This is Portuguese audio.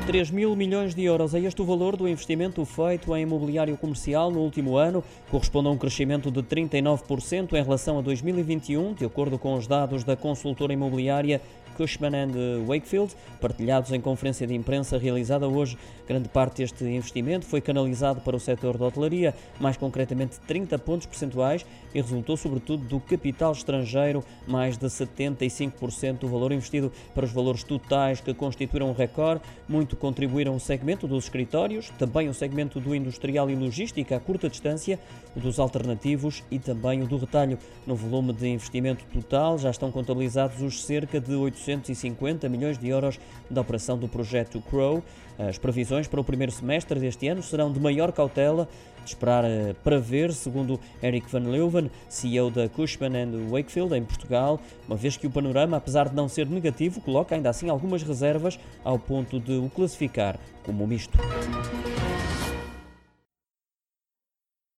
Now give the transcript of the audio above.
3 mil milhões de euros é este o valor do investimento feito em imobiliário comercial no último ano, corresponde a um crescimento de 39% em relação a 2021, de acordo com os dados da consultora imobiliária Cushman & Wakefield, partilhados em conferência de imprensa realizada hoje. Grande parte deste investimento foi canalizado para o setor da hotelaria, mais concretamente 30 pontos percentuais, e resultou sobretudo do capital estrangeiro, mais de 75% do valor investido para os valores totais que constituíram um recorde. Muito contribuíram o segmento dos escritórios, também o segmento do industrial e logística a curta distância, o dos alternativos e também o do retalho. No volume de investimento total já estão contabilizados os cerca de 850 milhões de euros da operação do projeto Crow. As previsões para o primeiro semestre deste ano serão de maior cautela, de esperar para ver, segundo Eric Van Leuven, CEO da Cushman & Wakefield em Portugal, uma vez que o panorama, apesar de não ser negativo, coloca ainda assim algumas reservas ao ponto de o classificar como misto.